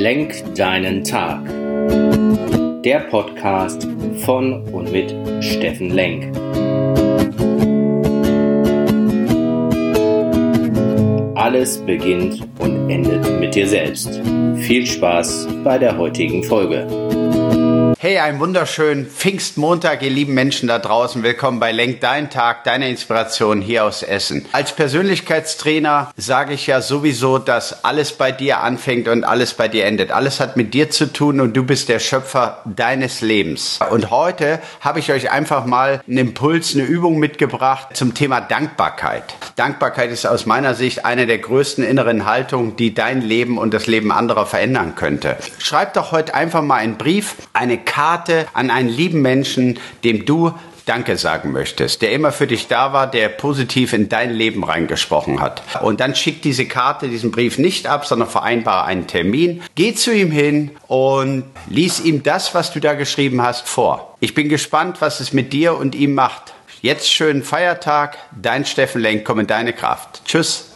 Lenk deinen Tag. Der Podcast von und mit Steffen Lenk. Alles beginnt und endet mit dir selbst. Viel Spaß bei der heutigen Folge. Hey, einen wunderschönen Pfingstmontag, ihr lieben Menschen da draußen. Willkommen bei Lenk deinen Tag, deine Inspiration hier aus Essen. Als Persönlichkeitstrainer sage ich ja sowieso, dass alles bei dir anfängt und alles bei dir endet. Alles hat mit dir zu tun und du bist der Schöpfer deines Lebens. Und heute habe ich euch einfach mal einen Impuls, eine Übung mitgebracht zum Thema Dankbarkeit. Dankbarkeit ist aus meiner Sicht eine der größten inneren Haltungen, die dein Leben und das Leben anderer verändern könnte. Schreib doch heute einfach mal einen Brief, eine Karte an einen lieben Menschen, dem du Danke sagen möchtest, der immer für dich da war, der positiv in dein Leben reingesprochen hat. Und dann schick diese Karte, diesen Brief nicht ab, sondern vereinbare einen Termin. Geh zu ihm hin und lies ihm das, was du da geschrieben hast, vor. Ich bin gespannt, was es mit dir und ihm macht. Jetzt schönen Feiertag, dein Steffen Lenk, komm in deine Kraft. Tschüss.